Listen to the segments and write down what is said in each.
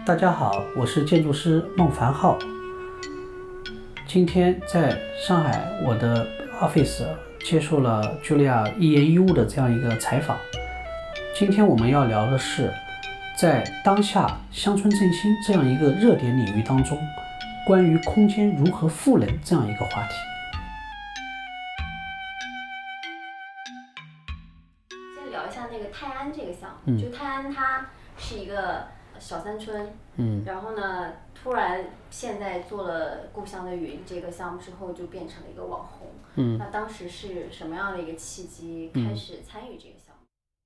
大家好，我是建筑师孟凡浩。今天在上海我的 office 接受了 Julia 一言一物的这样一个采访。今天我们要聊的是，在当下乡村振兴这样一个热点领域当中，关于空间如何赋能这样一个话题。 先聊一下那个泰安这个项目，就泰安它是一个小山村，然后呢，突然现在做了故乡的云这个项目之后，就变成了一个网红。那当时是什么样的一个契机开始参与这个项目？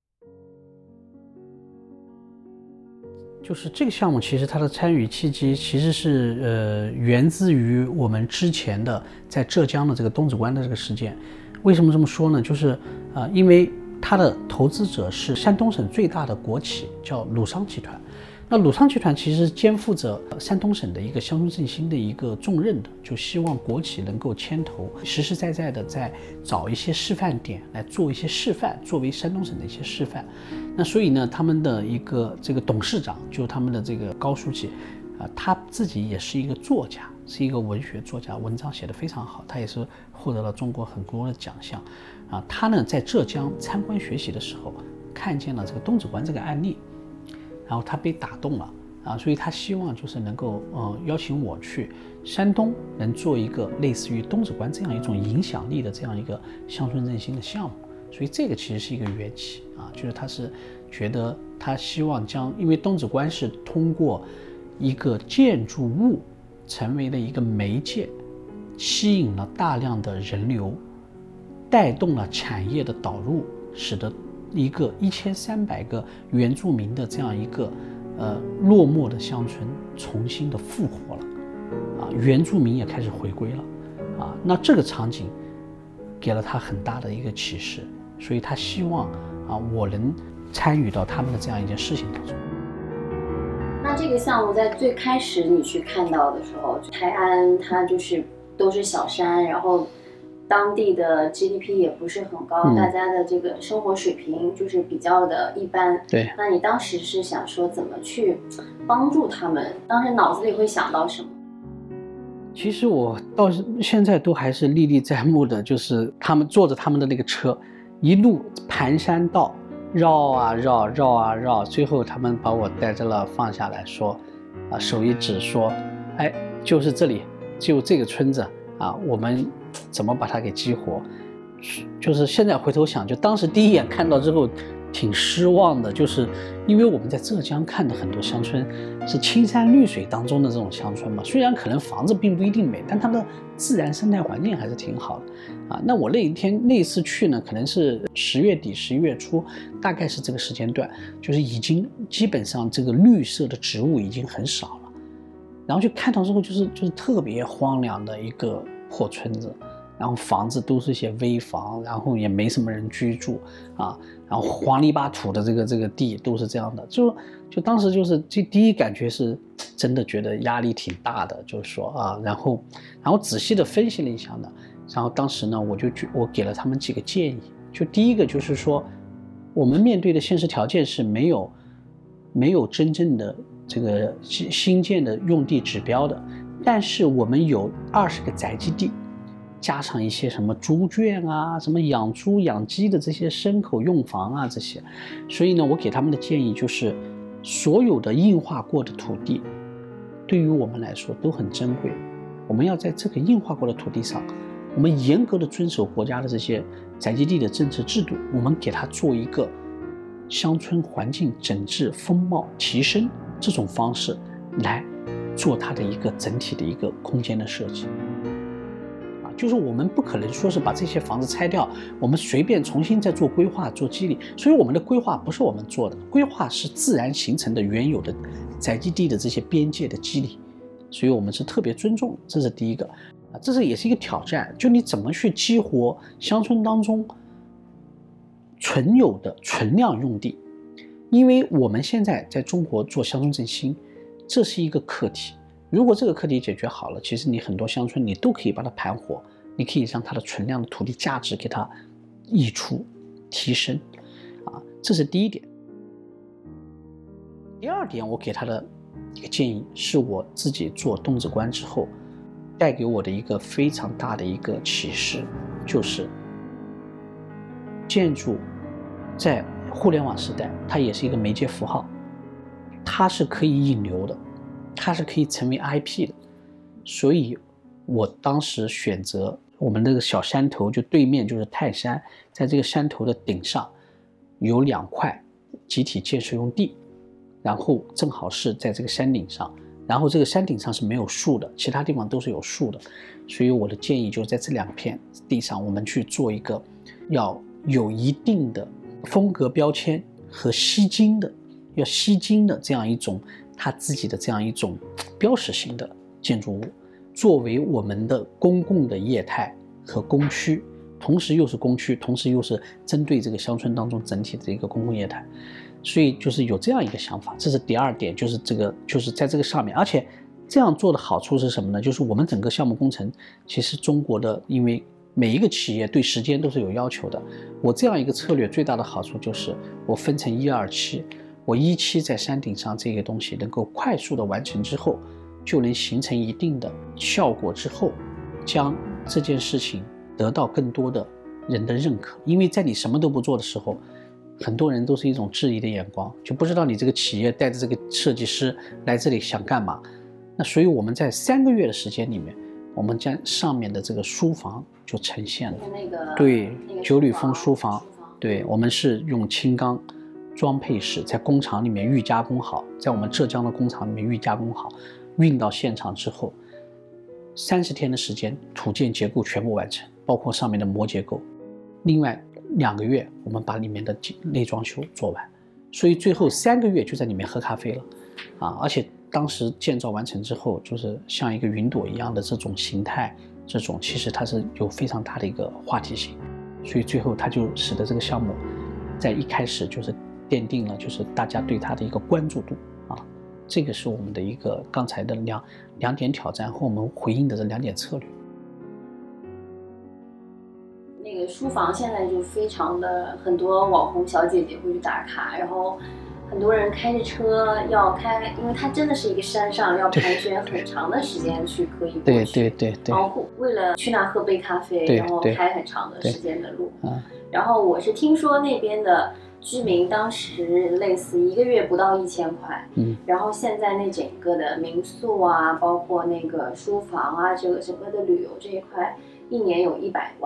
就是这个项目，其实它的参与契机其实是源自于我们之前的在浙江的这个东子关的这个事件。为什么这么说呢？就是因为它的投资者是山东省最大的国企，叫鲁商集团。那鲁商集团其实肩负着山东省的一个乡村振兴的一个重任的，就希望国企能够牵头，实实在在的在找一些示范点来做一些示范，作为山东省的一些示范。那所以呢，他们的一个这个董事长，就他们的这个高书记，他自己也是一个作家，是一个文学作家，文章写得非常好，他也是获得了中国很多的奖项。他呢在浙江参观学习的时候，看见了这个东子关这个案例。然后他被打动了所以他希望就是能够邀请我去山东，能做一个类似于东子关这样一种影响力的这样一个乡村振兴的项目。所以这个其实是一个缘起就是他是觉得他希望因为东子关是通过一个建筑物成为了一个媒介，吸引了大量的人流，带动了产业的导入，使得一个1300个原住民的这样一个落寞的乡村重新的复活了原住民也开始回归了那这个场景给了他很大的一个启示，所以他希望我能参与到他们的这样一件事情当中。 那这个项目在最开始你去看到的时候，泰安它就是都是小山，然后当地的 GDP 也不是很高，大家的这个生活水平就是比较的一般。 对， 那你当时是想说怎么去帮助他们？当时脑子里会想到什么？ 其实我到现在都还是历历在目的，就是他们坐着他们的那个车，一路盘山道绕啊绕，绕啊绕，最后他们把我带着了放下来说，手一指说，哎，就是这里，就这个村子我们怎么把它给激活？就是现在回头想，就当时第一眼看到之后挺失望的，就是因为我们在浙江看的很多乡村是青山绿水当中的这种乡村嘛，虽然可能房子并不一定美，但它的自然生态环境还是挺好的那我那一次去呢，可能是10月底11月初，大概是这个时间段，就是已经基本上这个绿色的植物已经很少了，然后就看到之后就是特别荒凉的一个破村子，然后房子都是一些危房，然后也没什么人居住然后黄泥巴土的这个地都是这样的，就当时就是第一感觉是真的觉得压力挺大的，就是说然后仔细的分析了一下呢，然后当时呢我给了他们几个建议，就第一个就是说，我们面对的现实条件是没有真正的这个新建的用地指标的，但是我们有20个宅基地，加上一些什么猪圈什么养猪养鸡的这些牲口用房这些，所以呢，我给他们的建议就是，所有的硬化过的土地，对于我们来说都很珍贵，我们要在这个硬化过的土地上，我们严格的遵守国家的这些宅基地的政策制度，我们给它做一个乡村环境整治风貌提升这种方式来做它的一个整体的一个空间的设计就是我们不可能说是把这些房子拆掉，我们随便重新再做规划做基理，所以我们的规划不是我们做的，规划是自然形成的原有的宅基地的这些边界的基理，所以我们是特别尊重，这是第一个这也是一个挑战，就你怎么去激活乡村当中纯有的存量用地，因为我们现在在中国做乡村振兴，这是一个课题。如果这个课题解决好了，其实你很多乡村你都可以把它盘活，你可以让它的存量的土地价值给它溢出提升这是第一点。第二点，我给他的一个建议，是我自己做动植观之后带给我的一个非常大的一个启示，就是建筑在互联网时代，它也是一个媒介符号，它是可以引流的，它是可以成为 IP 的。所以我当时选择我们那个小山头，就对面就是泰山，在这个山头的顶上有2块集体建设用地，然后正好是在这个山顶上，然后这个山顶上是没有树的，其他地方都是有树的，所以我的建议就是在这2片地上，我们去做一个要有一定的风格标签和吸睛的这样一种它自己的这样一种标识性的建筑物，作为我们的公共的业态和公区，同时又是公区，同时又是针对这个乡村当中整体的一个公共业态。所以就是有这样一个想法，这是第2点，就是在这个上面。而且这样做的好处是什么呢？就是我们整个项目工程，其实中国的因为每一个企业对时间都是有要求的，我这样一个策略最大的好处就是我分成1、2期，我1期在山顶上这个东西能够快速的完成之后，就能形成一定的效果之后，将这件事情得到更多的人的认可。因为在你什么都不做的时候，很多人都是一种质疑的眼光，就不知道你这个企业带着这个设计师来这里想干嘛。那所以我们在3个月的时间里面，我们将上面的这个书房就呈现了。对，九里峰书房，对，我们是用轻钢装配式，在工厂里面预加工好，在我们浙江的工厂里面预加工好，运到现场之后，30天的时间，土建结构全部完成，包括上面的模结构。另外2个月，我们把里面的内装修做完，所以最后3个月就在里面喝咖啡了，而且当时建造完成之后，就是像一个云朵一样的这种形态，这种其实它是有非常大的一个话题性，所以最后它就使得这个项目在一开始就是奠定了就是大家对它的一个关注度这个是我们的一个刚才的两点挑战和我们回应的这2点策略。 那个书房现在就非常的很多网红小姐姐会去打卡，然后很多人开着车要开，因为它真的是一个山上，要盘旋很长的时间去可以过去。对，然后为了去那喝杯咖啡，然后开很长的时间的路。然后我是听说那边的居民当时类似1个月不到1000块，然后现在那整个的民宿啊，包括那个书房啊，这个整个的旅游这一块，1年有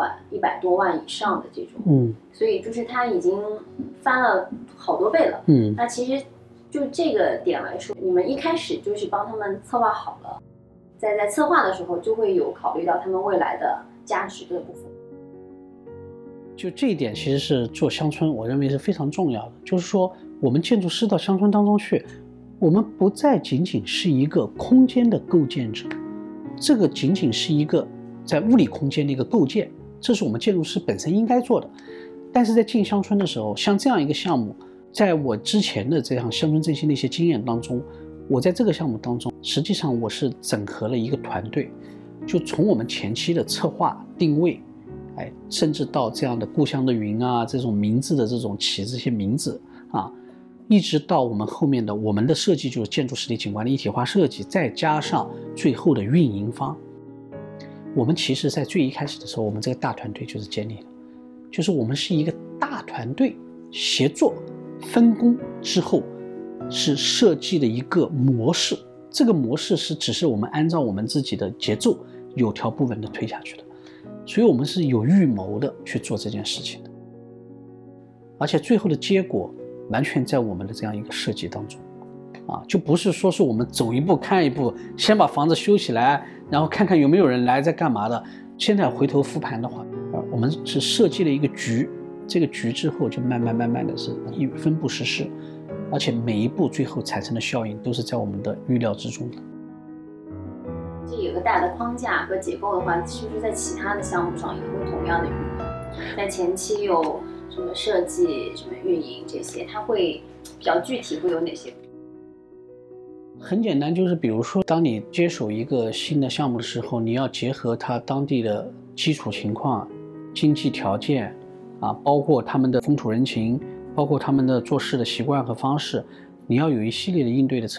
100多万以上的这种，所以就是它已经翻了好多倍了。那其实就这个点来说，你们一开始就是帮他们策划好了，在策划的时候就会有考虑到他们未来的价值的部分。 就这一点其实是做乡村我认为是非常重要的，就是说我们建筑师到乡村当中去，我们不再仅仅是一个空间的构建者，这个仅仅是一个在物理空间的一个构建，这是我们建筑师本身应该做的。但是在进乡村的时候，像这样一个项目，在我之前的这样乡村振兴的一些经验当中，我在这个项目当中实际上我是整合了一个团队，就从我们前期的策划定位，甚至到这样的故乡的云啊，这种名字的这种起这些名字一直到我们后面的我们的设计就是建筑实体景观的一体化设计，再加上最后的运营方。我们其实在最一开始的时候，我们这个大团队就是建立了，就是我们是一个大团队协作分工之后是设计的一个模式，这个模式是只是我们按照我们自己的节奏有条不紊的推下去的，所以我们是有预谋的去做这件事情的，而且最后的结果完全在我们的这样一个设计当中就不是说是我们走一步看一步，先把房子修起来，然后看看有没有人来在干嘛的。现在回头复盘的话，我们是设计了一个局，这个局之后就慢慢的是分步实施，而且每一步最后产生的效应都是在我们的预料之中的。 这有个大的框架和结构的话，是不是在其他的项目上也会同样的运用？在前期有什么设计、什么运营这些，它会比较具体会有哪些？ 很简单，就是比如说当你接手一个新的项目的时候，你要结合它当地的基础情况、经济条件包括他们的风土人情，包括他们的做事的习惯和方式，你要有一系列的应对的策略。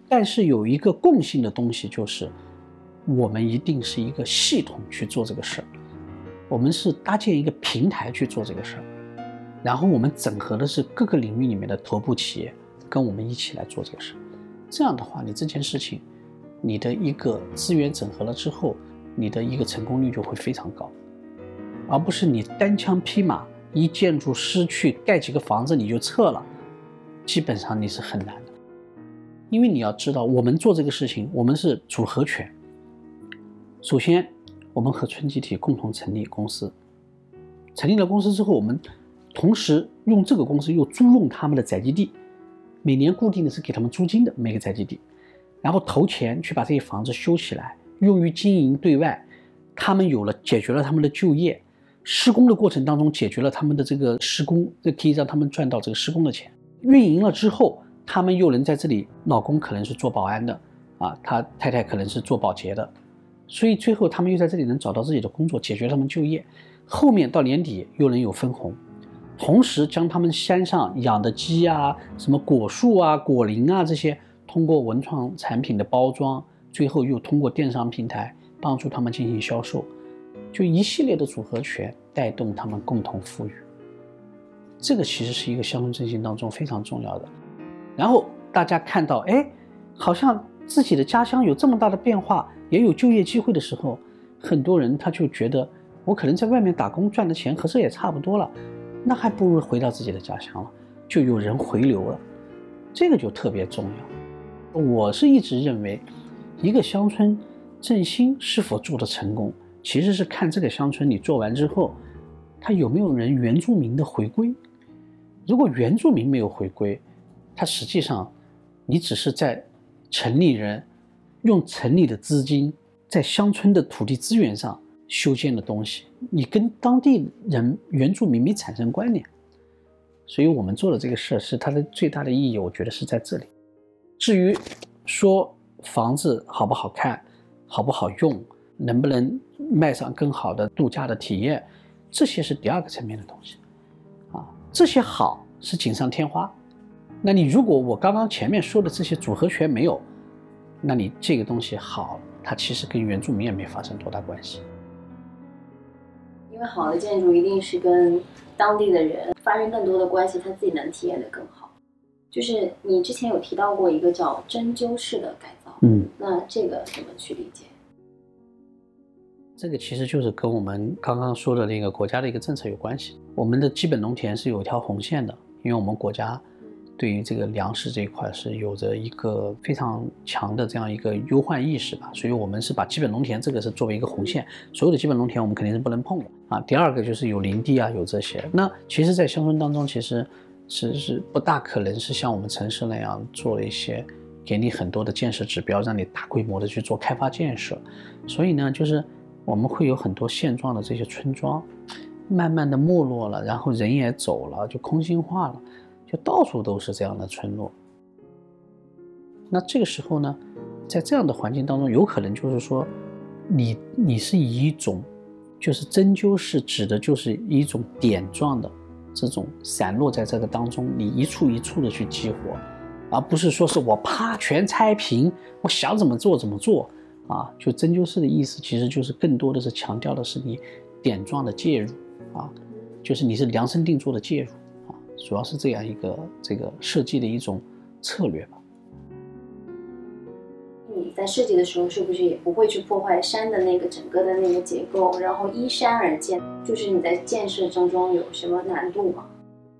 但是有一个共性的东西，就是我们一定是一个系统去做这个事儿，我们是搭建一个平台去做这个事儿，然后我们整合的是各个领域里面的头部企业跟我们一起来做这个事儿。这样的话，你这件事情你的一个资源整合了之后，你的一个成功率就会非常高，而不是你单枪匹马，一建筑师去盖几个房子你就撤了，基本上你是很难的。因为你要知道，我们做这个事情，我们是组合拳。首先我们和春集体共同成立公司，成立了公司之后，我们同时用这个公司又租用他们的宅基地，每年固定的是给他们租金的每个宅基地，然后投钱去把这些房子修起来，用于经营对外。他们解决了他们的就业，施工的过程当中解决了他们的这个施工，这可以让他们赚到这个施工的钱。运营了之后，他们又能在这里，老公可能是做保安的他太太可能是做保洁的，所以最后他们又在这里能找到自己的工作，解决他们就业。后面到年底又能有分红，同时将他们山上养的鸡什么果树果林这些，通过文创产品的包装，最后又通过电商平台帮助他们进行销售，就一系列的组合拳带动他们共同富裕。这个其实是一个乡村振兴当中非常重要的。然后大家看到，好像自己的家乡有这么大的变化，也有就业机会的时候，很多人他就觉得，我可能在外面打工赚的钱和这也差不多了，那还不如回到自己的家乡了，就有人回流了，这个就特别重要。我是一直认为，一个乡村振兴是否做得成功，其实是看这个乡村你做完之后，他有没有人原住民的回归。如果原住民没有回归，他实际上你只是在城里人用城里的资金在乡村的土地资源上修建的东西，你跟当地人原住民没产生关联。所以我们做的这个事是它的最大的意义，我觉得是在这里。至于说房子好不好看，好不好用，能不能卖上更好的度假的体验，这些是第二个层面的东西这些好是锦上添花。那你如果我刚刚前面说的这些组合拳没有，那你这个东西好，它其实跟原住民也没发生多大关系。 因为好的建筑一定是跟当地的人发生更多的关系，他自己能体验得更好。就是你之前有提到过一个叫针灸式的改造，那这个怎么去理解？ 这个其实就是跟我们刚刚说的那个国家的一个政策有关系。我们的基本农田是有一条红线的，因为我们国家对于这个粮食这一块是有着一个非常强的这样一个忧患意识吧，所以我们是把基本农田这个是作为一个红线，所有的基本农田我们肯定是不能碰的第二个就是有林地有这些。那其实在乡村当中其实是不大可能是像我们城市那样做了一些给你很多的建设指标，让你大规模的去做开发建设。所以呢，就是我们会有很多现状的这些村庄慢慢的没落了，然后人也走了，就空心化了，就到处都是这样的村落。那这个时候呢，在这样的环境当中，有可能就是说你是以一种就是针灸式指的就是一种点状的这种散落在这个当中，你一处一处的去激活，而不是说是我啪全拆平，我想怎么做怎么做就针灸式的意思其实就是更多的是强调的是你点状的介入就是你是量身定做的介入主要是这样一个这个设计的一种策略吧。 你在设计的时候是不是也不会去破坏山的那个整个的那个结构，然后依山而建，就是你在建设当中有什么难度吗？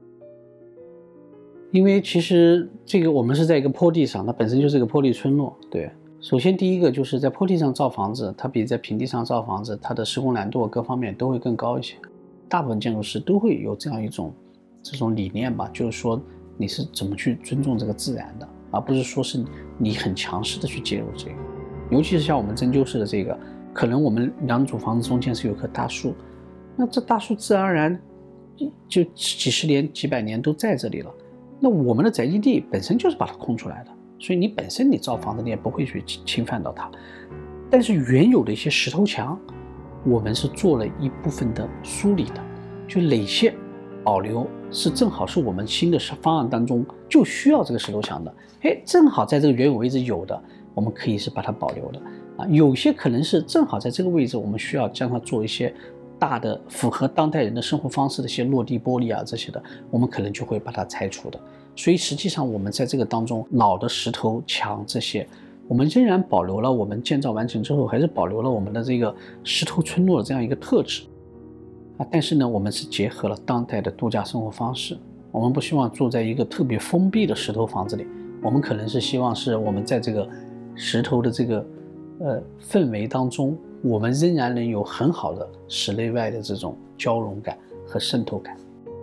因为其实这个我们是在一个坡地上，它本身就是一个坡地村落。对，首先第一个就是在坡地上造房子，它比在平地上造房子它的施工难度各方面都会更高一些。大部分建筑师都会有这样一种这种理念吧，就是说你是怎么去尊重这个自然的，而不是说是你很强势的去介入这个。尤其是像我们针灸式的这个，可能我们两组房子中间是有棵大树，那这大树自然而然就几十年几百年都在这里了，那我们的宅基地本身就是把它空出来的，所以你本身你造房子你也不会去侵犯到它。但是原有的一些石头墙我们是做了一部分的梳理的，就哪些保留是正好是我们新的方案当中就需要这个石头墙的，正好在这个原有位置有的，我们可以是把它保留的有些可能是正好在这个位置，我们需要将它做一些大的符合当代人的生活方式的一些落地玻璃这些的，我们可能就会把它拆除的。所以实际上我们在这个当中，老的石头墙这些，我们仍然保留了我们建造完成之后还是保留了我们的这个石头村落的这样一个特质但是呢，我们是结合了当代的度假生活方式，我们不希望住在一个特别封闭的石头房子里，我们可能是希望是我们在这个石头的这个氛围当中，我们仍然能有很好的室内外的这种交融感和渗透感。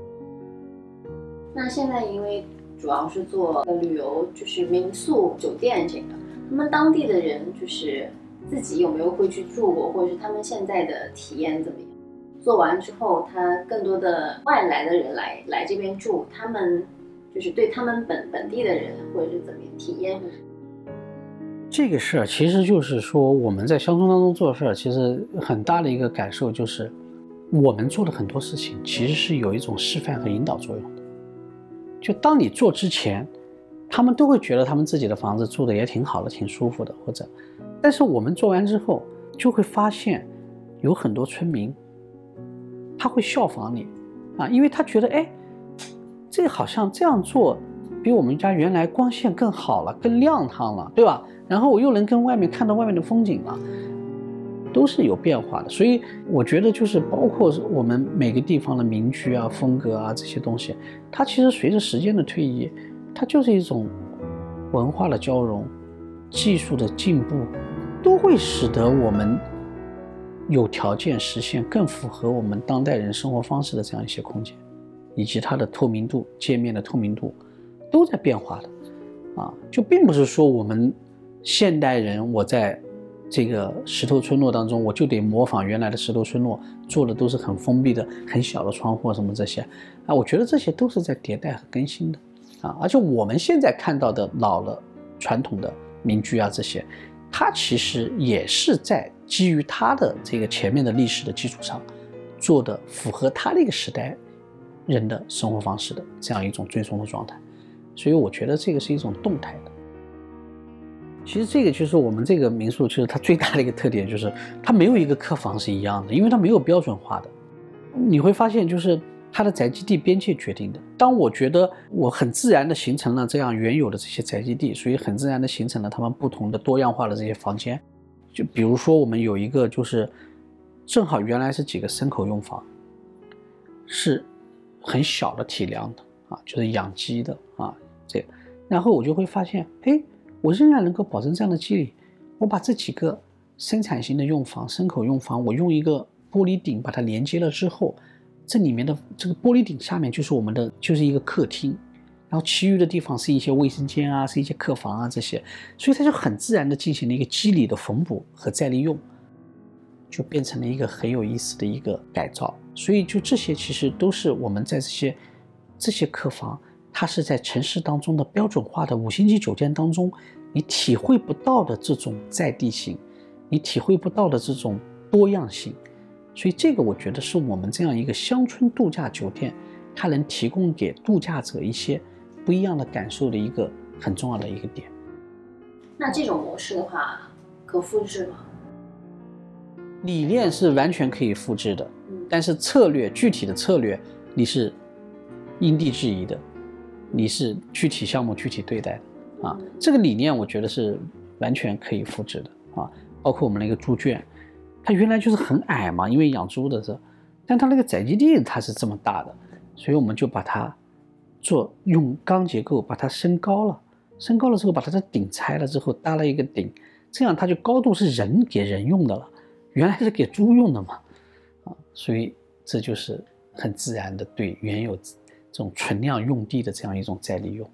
那现在因为主要是做旅游，就是民宿酒店这个，他们当地的人就是自己有没有会去住过，或者是他们现在的体验怎么样？做完之后，他更多的外来的人来这边住，他们就是对他们本地的人或者是怎么样体验？ 这个事儿其实就是说，我们在乡村当中做事儿，其实很大的一个感受就是，我们做的很多事情其实是有一种示范和引导作用的。就当你做之前，他们都会觉得他们自己的房子住的也挺好的，挺舒服的，或者，但是我们做完之后，就会发现有很多村民，他会效仿你因为他觉得这个好像这样做比我们家原来光线更好了，更亮堂了，对吧？然后我又能跟外面看到外面的风景了，都是有变化的。所以我觉得就是包括我们每个地方的民居风格这些东西，它其实随着时间的推移，它就是一种文化的交融，技术的进步，都会使得我们有条件实现更符合我们当代人生活方式的这样一些空间，以及它的透明度，界面的透明度都在变化的就并不是说我们现代人我在这个石头村落当中，我就得模仿原来的石头村落，做的都是很封闭的很小的窗户什么这些我觉得这些都是在迭代和更新的而且我们现在看到的老了传统的民居这些，它其实也是在基于它的这个前面的历史的基础上做的符合它那个时代人的生活方式的这样一种最终的状态。所以我觉得这个是一种动态的。其实这个就是我们这个民宿，其实它最大的一个特点就是它没有一个客房是一样的，因为它没有标准化的。你会发现就是它的宅基地边界决定的。当我觉得我很自然的形成了这样原有的这些宅基地，所以很自然的形成了他们不同的多样化的这些房间。就比如说我们有一个就是正好原来是几个牲口用房，是很小的体量的就是养鸡的这个，然后我就会发现我仍然能够保证这样的肌理，我把这几个生产型的用房牲口用房，我用一个玻璃顶把它连接了之后，这里面的这个玻璃顶下面就是我们的就是一个客厅，然后其余的地方是一些卫生间是一些客房这些，所以它就很自然的进行了一个肌理的缝补和再利用，就变成了一个很有意思的一个改造。所以就这些其实都是我们在这些客房，它是在城市当中的标准化的5星级酒店当中你体会不到的这种在地性，你体会不到的这种多样性。所以这个我觉得是我们这样一个乡村度假酒店它能提供给度假者一些不一样的感受的一个很重要的一个点。 那这种模式的话可复制吗？ 理念是完全可以复制的但是具体的策略你是因地制宜的，你是具体项目具体对待的这个理念我觉得是完全可以复制的包括我们那个猪圈，它原来就是很矮嘛，因为养猪的是，但它那个宅基地它是这么大的，所以我们就把它用钢结构把它升高了之后，把它的顶拆了之后搭了一个顶，这样它就高度是给人用的了，原来是给猪用的嘛所以这就是很自然的对原有这种存量用地的这样一种再利用。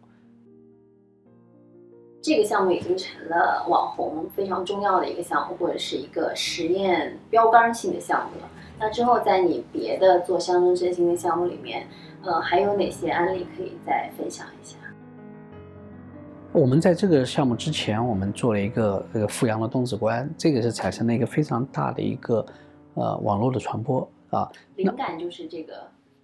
这个项目已经成了网红非常重要的一个项目，或者是一个实验标杆性的项目了。那之后在你别的做乡村振兴的项目里面还有哪些案例可以再分享一下？ 我们在这个项目之前，我们做了一个富阳的东子观，这个是产生了一个非常大的一个网络的传播灵感就是这个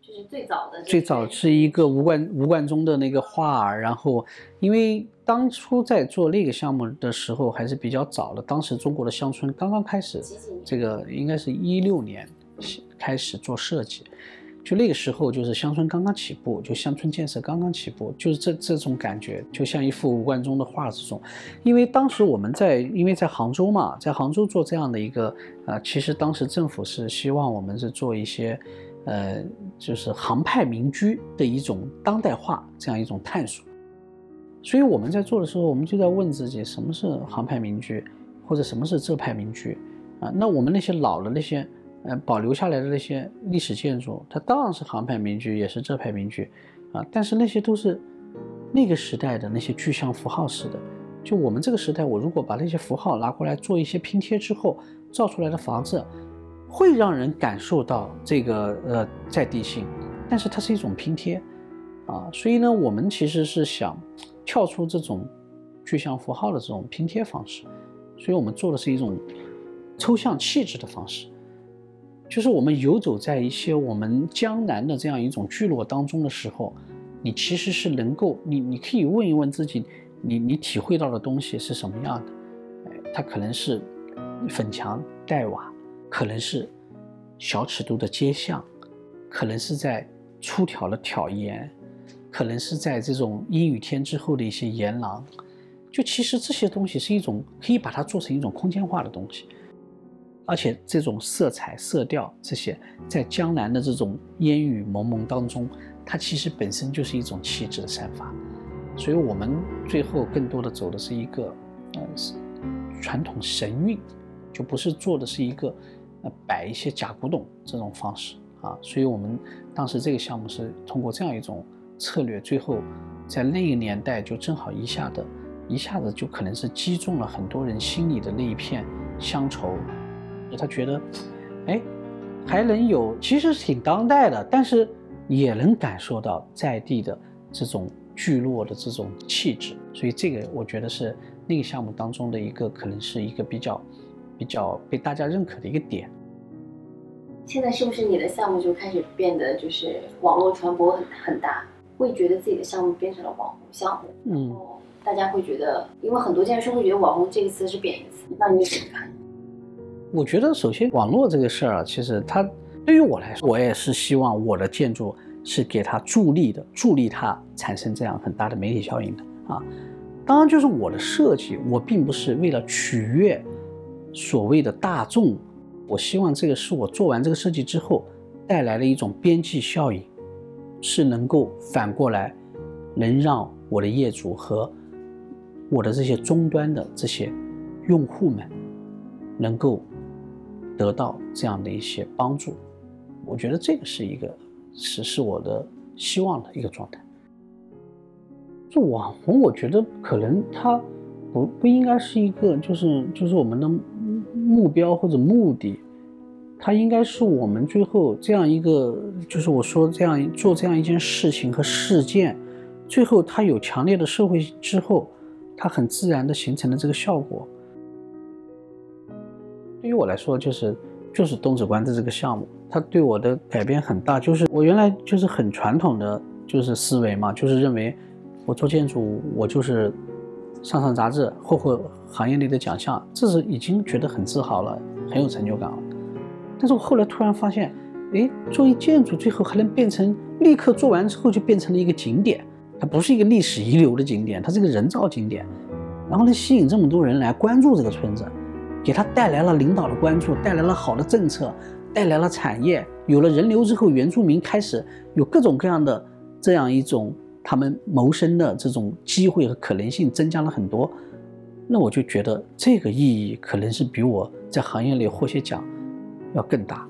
就是最早的最早是一个吴冠中的那个画，然后因为当初在做那个项目的时候还是比较早的，当时中国的乡村刚刚开始，这个应该是16年开始做设计，就那个时候就是乡村刚刚起步，就乡村建设刚刚起步，就是这种感觉，就像一幅吴冠中的画这种。因为当时我们因为在杭州嘛，在杭州做这样的一个其实当时政府是希望我们是做一些就是杭派民居的一种当代化这样一种探索，所以我们在做的时候，我们就在问自己，什么是杭派民居，或者什么是浙派民居那我们那些老的那些保留下来的那些历史建筑，它当然是杭派民居，也是浙派民居但是那些都是那个时代的那些具象符号式的。就我们这个时代，我如果把那些符号拿过来做一些拼贴之后，造出来的房子会让人感受到这个在地性，但是它是一种拼贴所以呢，我们其实是想跳出这种具象符号的这种拼贴方式，所以我们做的是一种抽象气质的方式，就是我们游走在一些我们江南的这样一种聚落当中的时候，你其实是能够你可以问一问自己，你体会到的东西是什么样的它可能是粉墙黛瓦，可能是小尺度的街巷，可能是在出挑的挑檐，可能是在这种阴雨天之后的一些檐廊，就其实这些东西是一种可以把它做成一种空间化的东西，而且这种色彩色调这些在江南的这种烟雨蒙蒙当中，它其实本身就是一种气质的散发。所以我们最后更多的走的是一个传统神韵，就不是做的是一个摆一些假古董这种方式所以我们当时这个项目是通过这样一种策略，最后在那个年代就正好一下子就可能是击中了很多人心里的那一片乡愁，他觉得还能有其实挺当代的，但是也能感受到在地的这种聚落的这种气质，所以这个我觉得是那个项目当中的一个可能是一个比较被大家认可的一个点。 现在是不是你的项目就开始变得就是网络传播很大，会觉得自己的项目变成了网红项目？然后大家会觉得，因为很多建筑师会觉得网红这个词是贬义词，那你怎么看？ 我觉得首先网络这个事儿其实它对于我来说，我也是希望我的建筑是给它助力它产生这样很大的媒体效应的当然就是我的设计，我并不是为了取悦所谓的大众，我希望这个是我做完这个设计之后带来的一种边际效应，是能够反过来能让我的业主和我的这些终端的这些用户们能够得到这样的一些帮助。我觉得这个是我的希望的一个状态。就网红，我觉得可能它不应该是一个就是我们的目标或者目的，它应该是我们最后这样一个，就是我说做这样一件事情和事件，最后它有强烈的社会之后，它很自然的形成了这个效果。对于我来说，就是东直观的这个项目，它对我的改变很大。就是我原来就是很传统的就是思维嘛，就是认为我做建筑，我就是上杂志，获行业内的奖项，这是已经觉得很自豪了，很有成就感了。但是我后来突然发现，做一建筑最后还能变成立刻做完之后就变成了一个景点，它不是一个历史遗留的景点，它是一个人造景点，然后呢吸引这么多人来关注这个村子，给它带来了领导的关注，带来了好的政策，带来了产业，有了人流之后，原住民开始有各种各样的这样一种他们谋生的这种机会和可能性增加了很多。那我就觉得这个意义可能是比我在行业里获些奖要更大。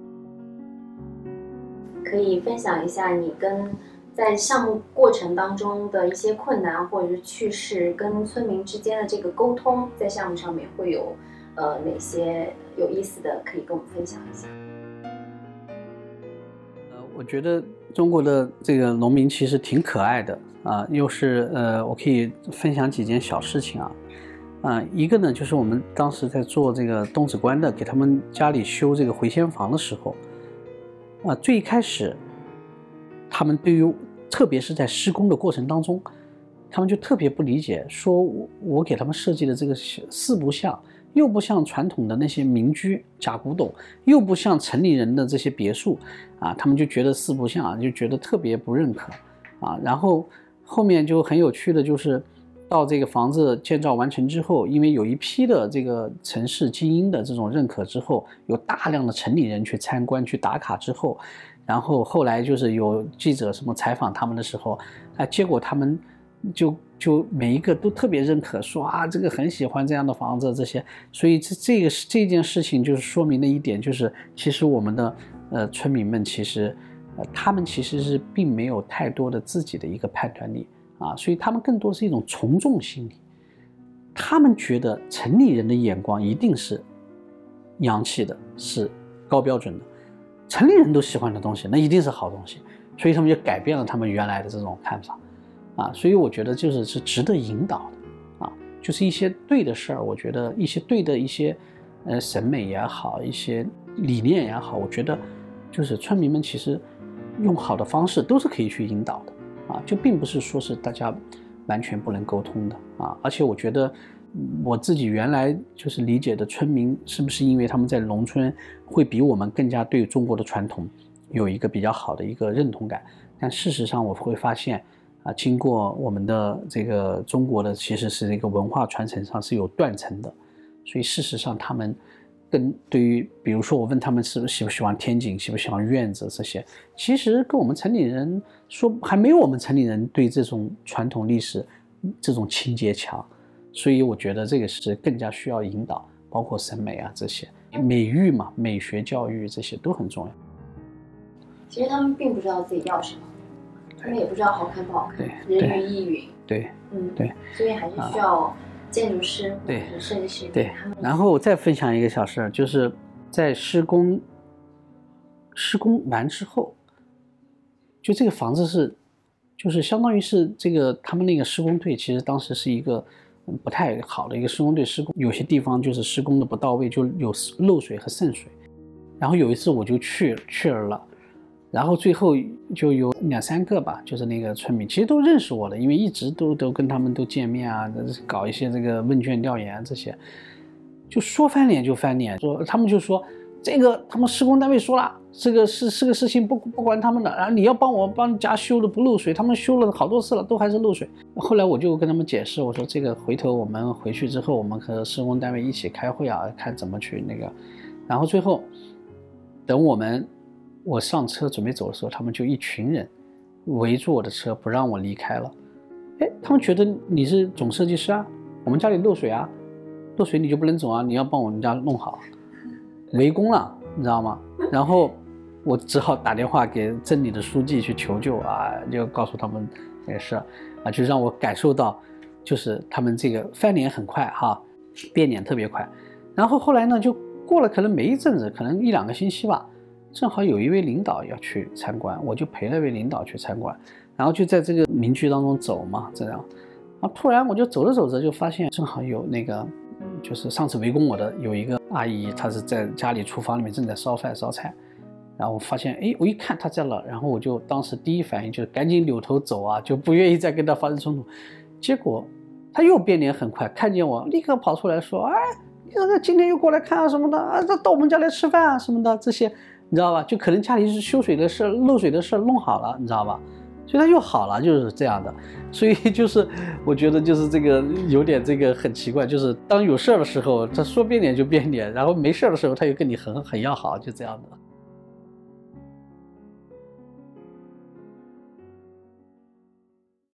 可以分享一下你在项目过程当中的一些困难或者是趣事，跟村民之间的这个沟通，在项目上面会有哪些有意思的，可以跟我们分享一下？ 我觉得中国的这个农民其实挺可爱的又是我可以分享几件小事情一个呢，就是我们当时在做这个东直观的，给他们家里修这个回迁房的时候最开始他们对于特别是在施工的过程当中，他们就特别不理解，说我给他们设计的这个四不像，又不像传统的那些民居假古董，又不像城里人的这些别墅啊，他们就觉得四不像，就觉得特别不认可啊。然后后面就很有趣的就是到这个房子建造完成之后，因为有一批的这个城市精英的这种认可之后，有大量的城里人去参观去打卡之后，然后后来就是有记者什么采访他们的时候，结果他们就每一个都特别认可，说啊这个很喜欢这样的房子这些，所以这件事情就是说明了一点，就是其实我们的村民们其实他们其实是并没有太多的自己的一个判断力啊，所以他们更多是一种从众心理，他们觉得城里人的眼光一定是洋气的，是高标准的，城里人都喜欢的东西那一定是好东西，所以他们就改变了他们原来的这种看法啊，所以我觉得是值得引导的啊，就是一些对的事儿，我觉得一些对的一些审美也好，一些理念也好，我觉得就是村民们其实用好的方式都是可以去引导的啊，就并不是说是大家完全不能沟通的啊，而且我觉得我自己原来就是理解的村民，是不是因为他们在农村会比我们更加对中国的传统有一个比较好的一个认同感，但事实上我会发现经过我们的这个中国的其实是一个文化传承上是有断层的，所以事实上他们对于比如说我问他们是不是喜不喜欢天井，喜不喜欢院子这些，其实跟我们城里人说还没有我们城里人对这种传统历史这种情节强，所以我觉得这个是更加需要引导，包括审美啊这些美育嘛，美学教育这些都很重要。 其实他们并不知道自己要什么，他们也不知道好看不好看，人云亦云。 对， 对，所以还是需要建筑师或者是设计师对他们。 然后我再分享一个小事，就是在施工完之后，就这个房子就是相当于是这个他们那个施工队，其实当时是一个不太好的一个施工队施工，有些地方就是施工的不到位，就有漏水和渗水。然后有一次我就去了。然后最后就有2-3个吧，就是那个村民其实都认识我的，因为一直都跟他们都见面啊，搞一些这个问卷调研这些，就说翻脸就翻脸，说他们就说这个他们施工单位说了，这个是个事情不关他们的，然后你要帮你家修的不漏水，他们修了好多次了都还是漏水。后来我就跟他们解释，我说这个回头我们回去之后，我们和施工单位一起开会啊，看怎么去那个。然后最后等我上车准备走的时候，他们就一群人围住我的车不让我离开了。他们觉得你是总设计师啊，我们家里漏水啊，漏水你就不能走啊，你要帮我们家弄好，围攻了，你知道吗？然后我只好打电话给镇里的书记去求救啊，就告诉他们这个事啊，就让我感受到就是他们这个翻脸很快哈，变脸特别快。然后后来呢，就过了可能没一阵子，可能1-2个星期吧，正好有一位领导要去参观，我就陪那位领导去参观，然后就在这个民居当中走嘛，这样，然后突然我就走着走着就发现正好有那个就是上次围攻我的有一个阿姨，她是在家里厨房里面正在烧饭烧菜，然后我发现我一看她在了，然后我就当时第一反应就是赶紧扭头走啊，就不愿意再跟她发生冲突。结果她又变脸很快，看见我立刻跑出来说，你这个今天又过来看啊什么的啊，到我们家来吃饭啊什么的，这些你知道吧？就可能家里是修水的事、漏水的事弄好了，你知道吧？所以它又好了，就是这样的。所以就是我觉得就是这个有点这个很奇怪，就是当有事的时候他说变脸就变脸，然后没事的时候他又跟你很要好，就这样的。